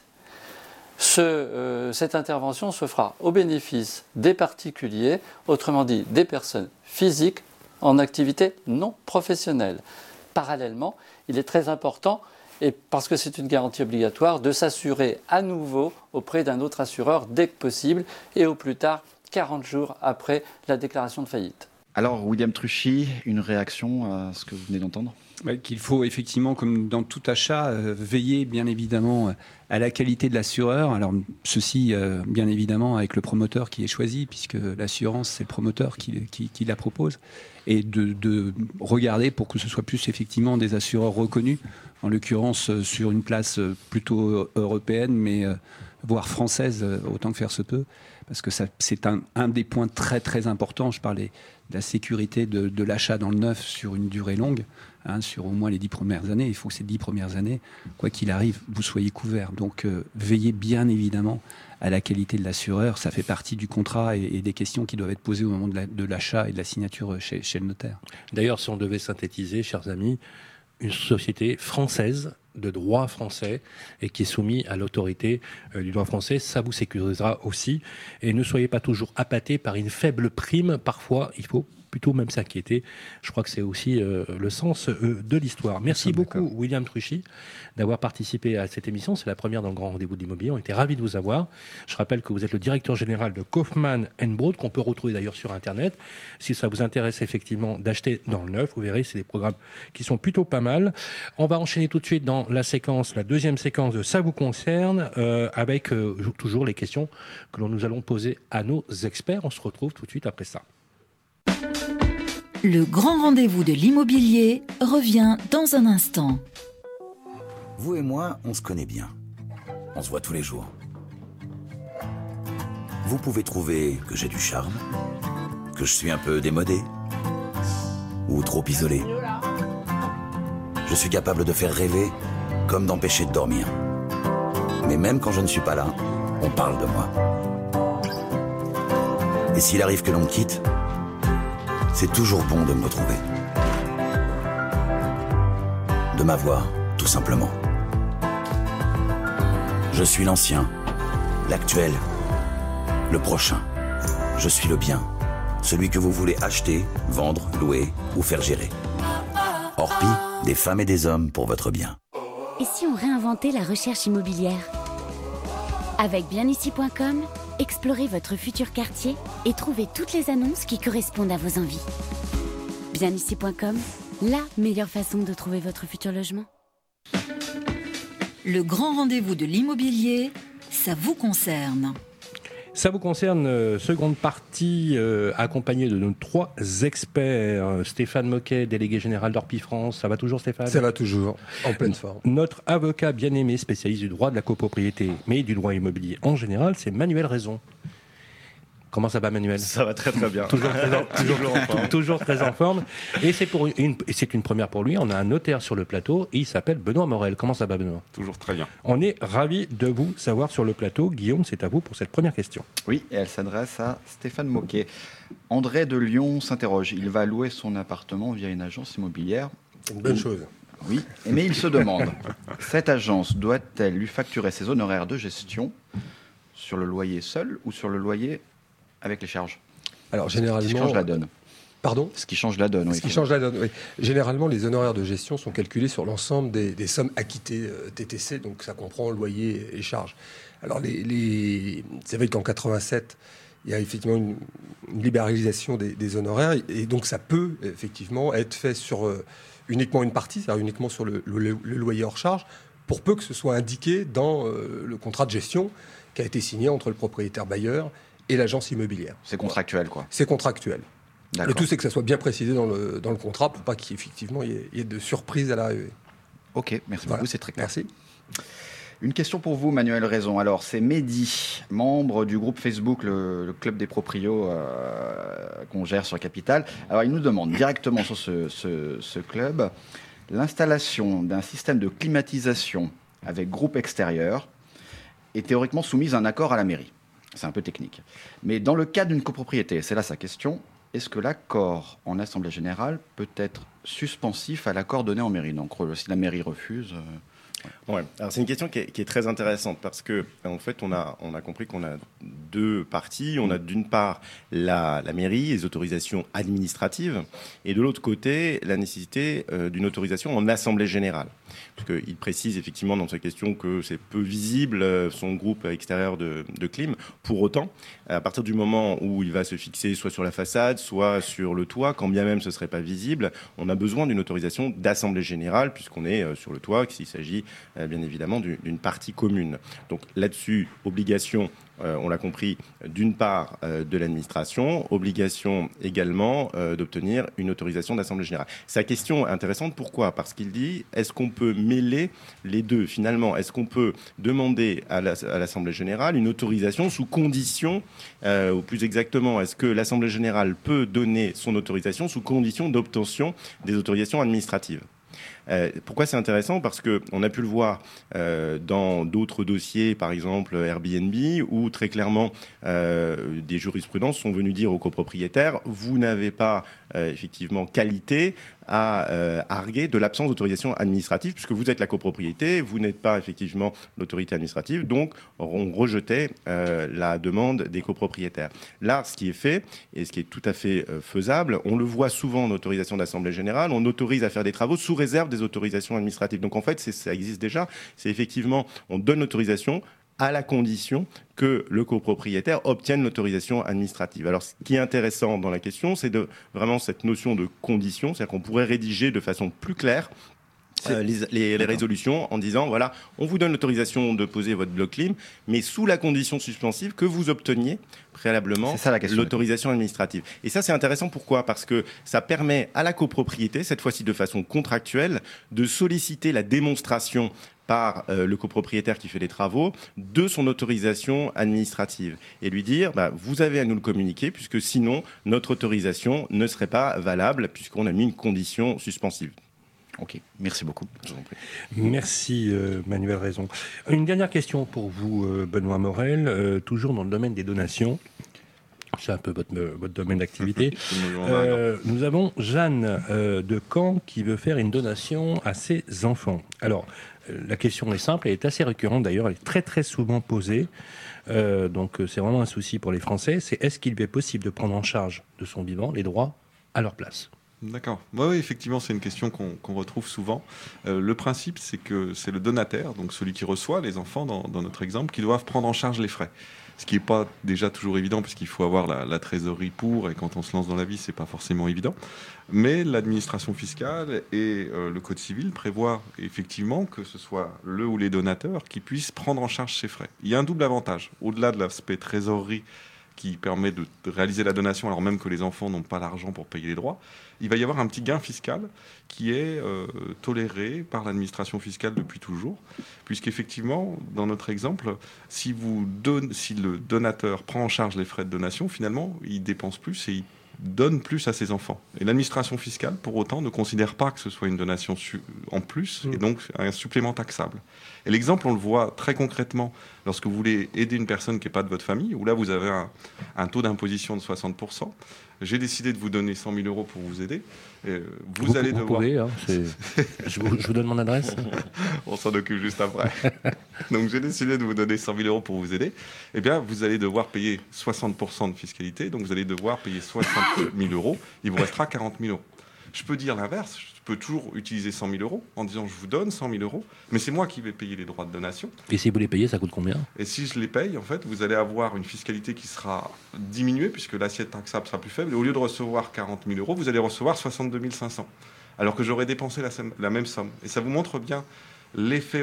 Cette intervention se fera au bénéfice des particuliers, autrement dit des personnes physiques en activité non professionnelle. Parallèlement, il est très important, et parce que c'est une garantie obligatoire, de s'assurer à nouveau auprès d'un autre assureur dès que possible et au plus tard 40 jours après la déclaration de faillite. Alors, William Truchy, une réaction à ce que vous venez d'entendre ? Qu'il faut effectivement, comme dans tout achat, veiller bien évidemment à la qualité de l'assureur. Alors ceci, bien évidemment, avec le promoteur qui est choisi, puisque l'assurance, c'est le promoteur qui la propose, et de regarder pour que ce soit plus effectivement des assureurs reconnus, en l'occurrence sur une place plutôt européenne, mais voire française, autant que faire se peut, parce que c'est un des points très très importants. Je parlais de la sécurité de l'achat dans le neuf sur une durée longue, sur au moins les 10 premières années. Il faut que ces 10 premières années, quoi qu'il arrive, vous soyez couverts. Donc veillez bien évidemment à la qualité de l'assureur. Ça fait partie du contrat et des questions qui doivent être posées au moment de l'achat et de la signature chez le notaire. D'ailleurs, si on devait synthétiser, chers amis, une société française de droit français et qui est soumis à l'autorité du droit français, ça vous sécurisera aussi. Et ne soyez pas toujours appâtés par une faible prime. Parfois, il faut plutôt même s'inquiéter. Je crois que c'est aussi le sens de l'histoire. Merci beaucoup, William Truchy, d'avoir participé à cette émission. C'est la première dans le Grand Rendez-vous de l'Immobilier. On était ravis de vous avoir. Je rappelle que vous êtes le directeur général de Kaufmann & Broad, qu'on peut retrouver d'ailleurs sur Internet. Si ça vous intéresse effectivement d'acheter dans le neuf, vous verrez, c'est des programmes qui sont plutôt pas mal. On va enchaîner tout de suite dans la deuxième séquence de Ça vous concerne, avec toujours les questions que nous allons poser à nos experts. On se retrouve tout de suite après ça. Le grand rendez-vous de l'immobilier revient dans un instant. Vous et moi, on se connaît bien. On se voit tous les jours. Vous pouvez trouver que j'ai du charme, que je suis un peu démodé, ou trop isolé. Je suis capable de faire rêver, comme d'empêcher de dormir. Mais même quand je ne suis pas là, on parle de moi. Et s'il arrive que l'on me quitte, c'est toujours bon de me retrouver. De m'avoir, tout simplement. Je suis l'ancien, l'actuel, le prochain. Je suis le bien, celui que vous voulez acheter, vendre, louer ou faire gérer. Orpi, des femmes et des hommes pour votre bien. Et si on réinventait la recherche immobilière ? Avec bienici.com, explorez votre futur quartier et trouvez toutes les annonces qui correspondent à vos envies. Bienici.com, la meilleure façon de trouver votre futur logement. Le grand rendez-vous de l'immobilier, ça vous concerne. Ça vous concerne, seconde partie, accompagnée de nos 3 experts. Stéphane Moquet, délégué général d'Orpi France. Ça va toujours, Stéphane ? Ça va toujours, en pleine forme. Notre avocat bien-aimé, spécialiste du droit de la copropriété, mais du droit immobilier en général, c'est Manuel Raison. Comment ça va, Manuel ? Ça va très très bien. Toujours très en forme. Et c'est une première pour lui. On a un notaire sur le plateau. Et il s'appelle Benoît Morel. Comment ça va, Benoît ? Toujours très bien. On est ravis de vous savoir sur le plateau. Guillaume, c'est à vous pour cette première question. Oui, et elle s'adresse à Stéphane Moquet. André de Lyon s'interroge. Il va louer son appartement via une agence immobilière. Une bonne chose. Oui, mais il se demande, cette agence doit-elle lui facturer ses honoraires de gestion sur le loyer seul ou sur le loyer avec les charges ? Alors généralement, ce qui change la donne. Pardon ? Ce qui change la donne, oui. Ce qui change la donne, oui. Généralement, les honoraires de gestion sont calculés sur l'ensemble des sommes acquittées TTC, donc ça comprend loyer et charges. Alors c'est vrai qu'en 87, il y a effectivement une libéralisation des honoraires, et donc ça peut effectivement être fait sur uniquement une partie, c'est-à-dire uniquement sur le loyer hors charge, pour peu que ce soit indiqué dans le contrat de gestion qui a été signé entre le propriétaire bailleur et l'agence immobilière. C'est contractuel, quoi. C'est contractuel. D'accord. Le tout, c'est que ça soit bien précisé dans le contrat pour pas qu'effectivement il y ait de surprise à l'arrivée. Ok, merci beaucoup, c'est très clair. Merci. Une question pour vous, Manuel Raison. Alors, c'est Mehdi, membre du groupe Facebook, le club des proprios qu'on gère sur Capital. Alors, il nous demande directement sur ce club l'installation d'un système de climatisation avec groupe extérieur est théoriquement soumise à un accord à la mairie. C'est un peu technique. Mais dans le cas d'une copropriété, c'est là sa question, est-ce que l'accord en Assemblée générale peut être suspensif à l'accord donné en mairie? Donc, si la mairie refuse... Ouais. Alors c'est une question qui est très intéressante parce que en fait on a compris qu'on a deux parties. On a d'une part la mairie, les autorisations administratives, et de l'autre côté la nécessité d'une autorisation en assemblée générale. Parce qu'il précise effectivement dans sa question que c'est peu visible son groupe extérieur de clim. Pour autant, à partir du moment où il va se fixer soit sur la façade, soit sur le toit, quand bien même ce ne serait pas visible, on a besoin d'une autorisation d'assemblée générale puisqu'on est sur le toit, qu'il s'agit bien évidemment d'une partie commune. Donc là-dessus, obligation, on l'a compris, d'une part de l'administration, obligation également d'obtenir une autorisation d'assemblée générale. Sa question est intéressante, pourquoi? Parce qu'il dit, est-ce qu'on peut mêler les deux? Finalement, est-ce qu'on peut demander à l'assemblée générale une autorisation sous condition, ou plus exactement, est-ce que l'assemblée générale peut donner son autorisation sous condition d'obtention des autorisations administratives? Pourquoi c'est intéressant? Parce qu'on a pu le voir dans d'autres dossiers, par exemple Airbnb, où très clairement des jurisprudences sont venus dire aux copropriétaires, vous n'avez pas effectivement qualité à arguer de l'absence d'autorisation administrative, puisque vous êtes la copropriété, vous n'êtes pas effectivement l'autorité administrative, donc on rejetait la demande des copropriétaires. Là, ce qui est fait, et ce qui est tout à fait faisable, on le voit souvent en autorisation d'assemblée générale, on autorise à faire des travaux sous réserve des autorisations administratives. Donc en fait, ça existe déjà, c'est effectivement, on donne l'autorisation à la condition que le copropriétaire obtienne l'autorisation administrative. Alors, ce qui est intéressant dans la question, c'est vraiment cette notion de condition, c'est-à-dire qu'on pourrait rédiger de façon plus claire les résolutions en disant, voilà, on vous donne l'autorisation de poser votre bloc clim, mais sous la condition suspensive que vous obteniez préalablement l'autorisation administrative. Et ça, c'est intéressant. Pourquoi? Parce que ça permet à la copropriété, cette fois-ci de façon contractuelle, de solliciter la démonstration par le copropriétaire qui fait les travaux de son autorisation administrative et lui dire vous avez à nous le communiquer puisque sinon notre autorisation ne serait pas valable puisqu'on a mis une condition suspensive. Ok, merci beaucoup. Je vous en prie. Merci Manuel Raison. Une dernière question pour vous Benoît Morel, toujours dans le domaine des donations. C'est un peu votre domaine d'activité. Nous avons Jeanne de Caen qui veut faire une donation à ses enfants. Alors, la question est simple, elle est assez récurrente d'ailleurs, elle est très très souvent posée. Donc c'est vraiment un souci pour les Français. C'est est-ce qu'il est possible de prendre en charge de son vivant les droits à leur place? D'accord. Oui, effectivement, c'est une question qu'on retrouve souvent. Le principe, c'est que c'est le donataire, donc celui qui reçoit les enfants dans notre exemple, qui doivent prendre en charge les frais. Ce qui n'est pas déjà toujours évident, puisqu'il faut avoir la trésorerie pour, et quand on se lance dans la vie, ce n'est pas forcément évident. Mais l'administration fiscale et le Code civil prévoient effectivement que ce soit le ou les donateurs qui puissent prendre en charge ces frais. Il y a un double avantage. Au-delà de l'aspect trésorerie qui permet de réaliser la donation alors même que les enfants n'ont pas l'argent pour payer les droits, il va y avoir un petit gain fiscal qui est toléré par l'administration fiscale depuis toujours, puisqu'effectivement, dans notre exemple, si le donateur prend en charge les frais de donation, finalement, il dépense plus et il donne plus à ses enfants. Et l'administration fiscale, pour autant, ne considère pas que ce soit une donation en plus, et donc un supplément taxable. Et l'exemple, on le voit très concrètement lorsque vous voulez aider une personne qui n'est pas de votre famille, où là, vous avez un taux d'imposition de 60%. J'ai décidé de vous donner 100 000 euros pour vous aider. Vous allez devoir... pouvez, hein, je vous donne mon adresse. On s'en occupe juste après. Donc j'ai décidé de vous donner 100 000 euros pour vous aider. Eh bien, vous allez devoir payer 60% de fiscalité. Donc vous allez devoir payer 60 000 euros. Il vous restera 40 000 euros. Je peux dire l'inverse. Je peux toujours utiliser 100 000 euros en disant je vous donne 100 000 euros, mais c'est moi qui vais payer les droits de donation. Et si vous les payez, ça coûte combien? Et si je les paye, en fait, vous allez avoir une fiscalité qui sera diminuée puisque l'assiette taxable sera plus faible. Et au lieu de recevoir 40 000 euros, vous allez recevoir 62 500. Alors que j'aurais dépensé la même somme. Et ça vous montre bien l'effet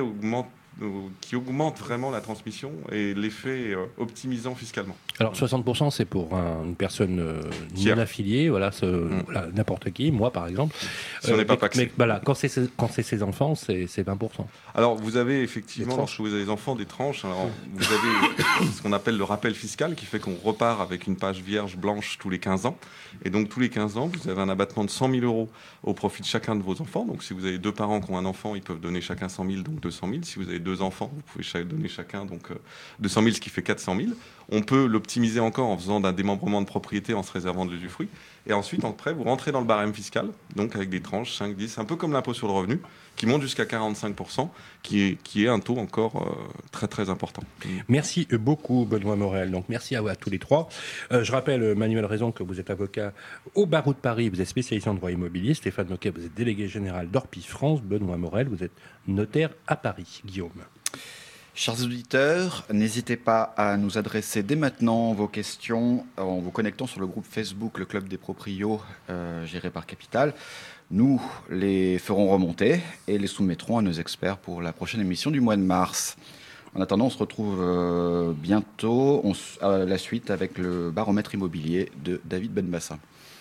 qui augmente vraiment la transmission et l'effet optimisant fiscalement. Alors 60%, c'est pour une personne non affiliée, voilà, n'importe qui, moi par exemple. Si on n'est pas paxé. Mais voilà, quand c'est ses enfants, c'est 20%. Alors vous avez effectivement, lorsque vous avez des enfants, des tranches. Alors, vous avez ce qu'on appelle le rappel fiscal qui fait qu'on repart avec une page vierge blanche tous les 15 ans. Et donc tous les 15 ans, vous avez un abattement de 100 000 euros au profit de chacun de vos enfants. Donc si vous avez 2 parents qui ont un enfant, ils peuvent donner chacun 100 000, donc 200 000. Si vous avez 2 enfants, vous pouvez donner chacun donc 200 000, ce qui fait 400 000. On peut l'optimiser encore en faisant d'un démembrement de propriété en se réservant de l'usufruit. Et ensuite, après, vous rentrez dans le barème fiscal, donc avec des tranches 5, 10, un peu comme l'impôt sur le revenu, qui monte jusqu'à 45%, qui est un taux encore très très important. Merci beaucoup Benoît Morel. Donc merci à tous les trois. Je rappelle, Manuel Raison, que vous êtes avocat au barreau de Paris, vous êtes spécialisé en droit immobilier. Stéphane Noquet, vous êtes délégué général d'Orpi France. Benoît Morel, vous êtes notaire à Paris. Guillaume. Chers auditeurs, n'hésitez pas à nous adresser dès maintenant vos questions en vous connectant sur le groupe Facebook, le Club des Proprios, géré par Capital. Nous les ferons remonter et les soumettrons à nos experts pour la prochaine émission du mois de mars. En attendant, on se retrouve bientôt à la suite avec le baromètre immobilier de David Benbassa.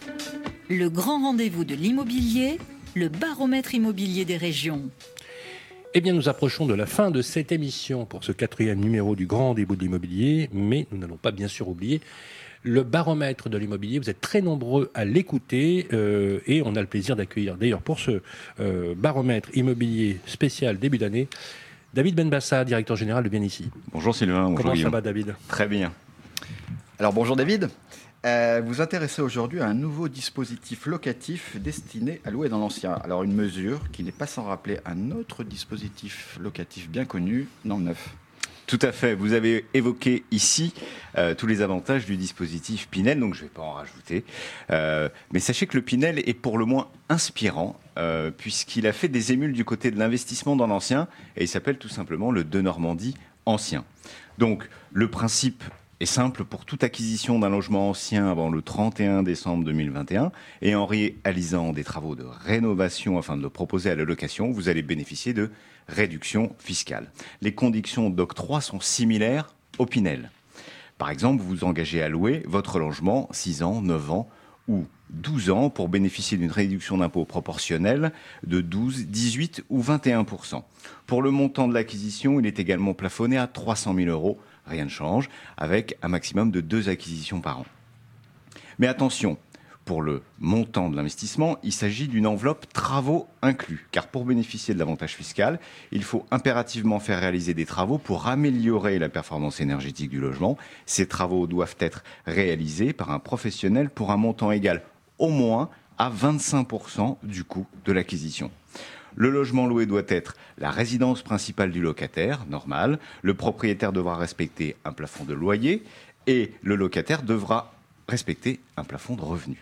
Le grand rendez-vous de l'immobilier, le baromètre immobilier des régions. Eh bien, nous approchons de la fin de cette émission pour ce 4e numéro du Grand Rendez-vous de l'immobilier, mais nous n'allons pas bien sûr oublier le baromètre de l'immobilier. Vous êtes très nombreux à l'écouter et on a le plaisir d'accueillir d'ailleurs pour ce baromètre immobilier spécial début d'année, David Benbassa, directeur général de Bien Ici. Bonjour Sylvain. Bonjour Comment Guillaume. ça va David ? Très bien. Alors bonjour David. Vous intéressez aujourd'hui à un nouveau dispositif locatif destiné à louer dans l'ancien. Alors une mesure qui n'est pas sans rappeler un autre dispositif locatif bien connu dans le neuf. Tout à fait. Vous avez évoqué ici tous les avantages du dispositif Pinel, donc je ne vais pas en rajouter. Mais sachez que le Pinel est pour le moins inspirant, puisqu'il a fait des émules du côté de l'investissement dans l'ancien, et il s'appelle tout simplement le Denormandie ancien. Donc le principe est simple: pour toute acquisition d'un logement ancien avant le 31 décembre 2021 et en réalisant des travaux de rénovation afin de le proposer à la location, vous allez bénéficier de réduction fiscale. Les conditions d'octroi sont similaires au Pinel. Par exemple, vous vous engagez à louer votre logement 6 ans, 9 ans ou 12 ans pour bénéficier d'une réduction d'impôt proportionnelle de 12, 18 ou 21%. Pour le montant de l'acquisition, il est également plafonné à 300 000 €. Rien ne change, avec un maximum de 2 acquisitions par an. Mais attention, pour le montant de l'investissement, il s'agit d'une enveloppe travaux inclus, car pour bénéficier de l'avantage fiscal, il faut impérativement faire réaliser des travaux pour améliorer la performance énergétique du logement. Ces travaux doivent être réalisés par un professionnel pour un montant égal au moins à 25% du coût de l'acquisition. Le logement loué doit être la résidence principale du locataire, normal. Le propriétaire devra respecter un plafond de loyer et le locataire devra respecter un plafond de revenus.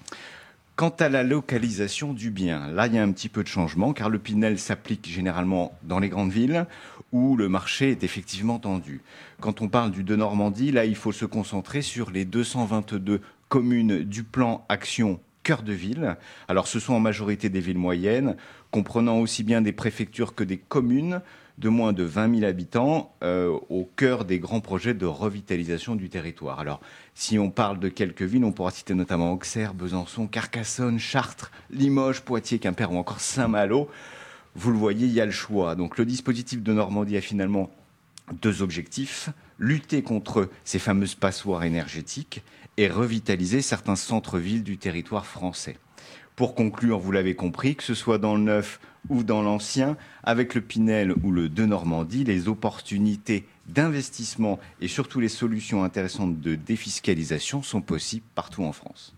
Quant à la localisation du bien, là il y a un petit peu de changement car le Pinel s'applique généralement dans les grandes villes où le marché est effectivement tendu. Quand on parle du Denormandie, là il faut se concentrer sur les 222 communes du plan Action Cœur de ville. Alors ce sont en majorité des villes moyennes, comprenant aussi bien des préfectures que des communes de moins de 20 000 habitants au cœur des grands projets de revitalisation du territoire. Alors si on parle de quelques villes, on pourra citer notamment Auxerre, Besançon, Carcassonne, Chartres, Limoges, Poitiers, Quimper ou encore Saint-Malo. Vous le voyez, il y a le choix. Donc le dispositif de Normandie a finalement 2 objectifs: lutter contre ces fameuses passoires énergétiques et revitaliser certains centres-villes du territoire français. Pour conclure, vous l'avez compris, que ce soit dans le neuf ou dans l'ancien, avec le Pinel ou le Denormandie, les opportunités d'investissement et surtout les solutions intéressantes de défiscalisation sont possibles partout en France.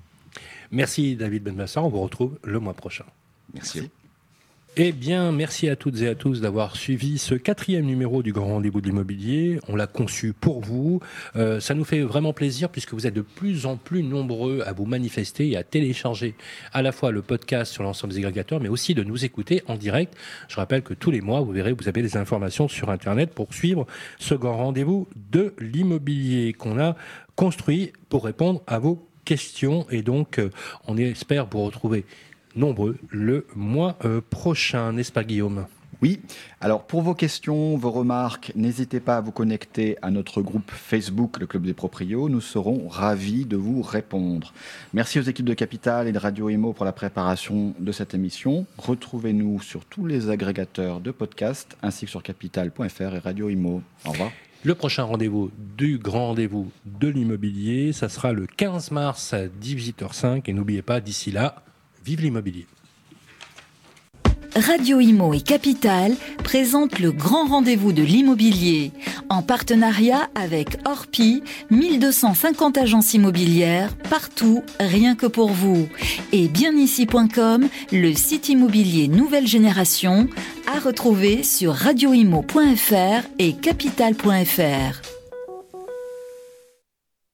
Merci David Benbassa, on vous retrouve le mois prochain. Merci. Eh bien, merci à toutes et à tous d'avoir suivi ce 4e numéro du Grand Rendez-vous de l'immobilier. On l'a conçu pour vous. Ça nous fait vraiment plaisir puisque vous êtes de plus en plus nombreux à vous manifester et à télécharger à la fois le podcast sur l'ensemble des agrégateurs, mais aussi de nous écouter en direct. Je rappelle que tous les mois, vous verrez, vous avez des informations sur Internet pour suivre ce Grand Rendez-vous de l'immobilier qu'on a construit pour répondre à vos questions. Et donc, on espère vous retrouver nombreux le mois prochain, n'est-ce pas Guillaume ? Oui, alors pour vos questions, vos remarques, n'hésitez pas à vous connecter à notre groupe Facebook, le Club des Proprios. Nous serons ravis de vous répondre. Merci aux équipes de Capital et de Radio Imo pour la préparation de cette émission. Retrouvez-nous sur tous les agrégateurs de podcasts ainsi que sur capital.fr et Radio Imo. Au revoir. Le prochain rendez-vous du Grand Rendez-vous de l'immobilier, ça sera le 15 mars à 18h05 et n'oubliez pas, d'ici là, vive l'immobilier. Radio Imo et Capital présentent le grand rendez-vous de l'immobilier. En partenariat avec Orpi, 1250 agences immobilières, partout, rien que pour vous. Et bienici.com, le site immobilier nouvelle génération, à retrouver sur radioimo.fr et capital.fr.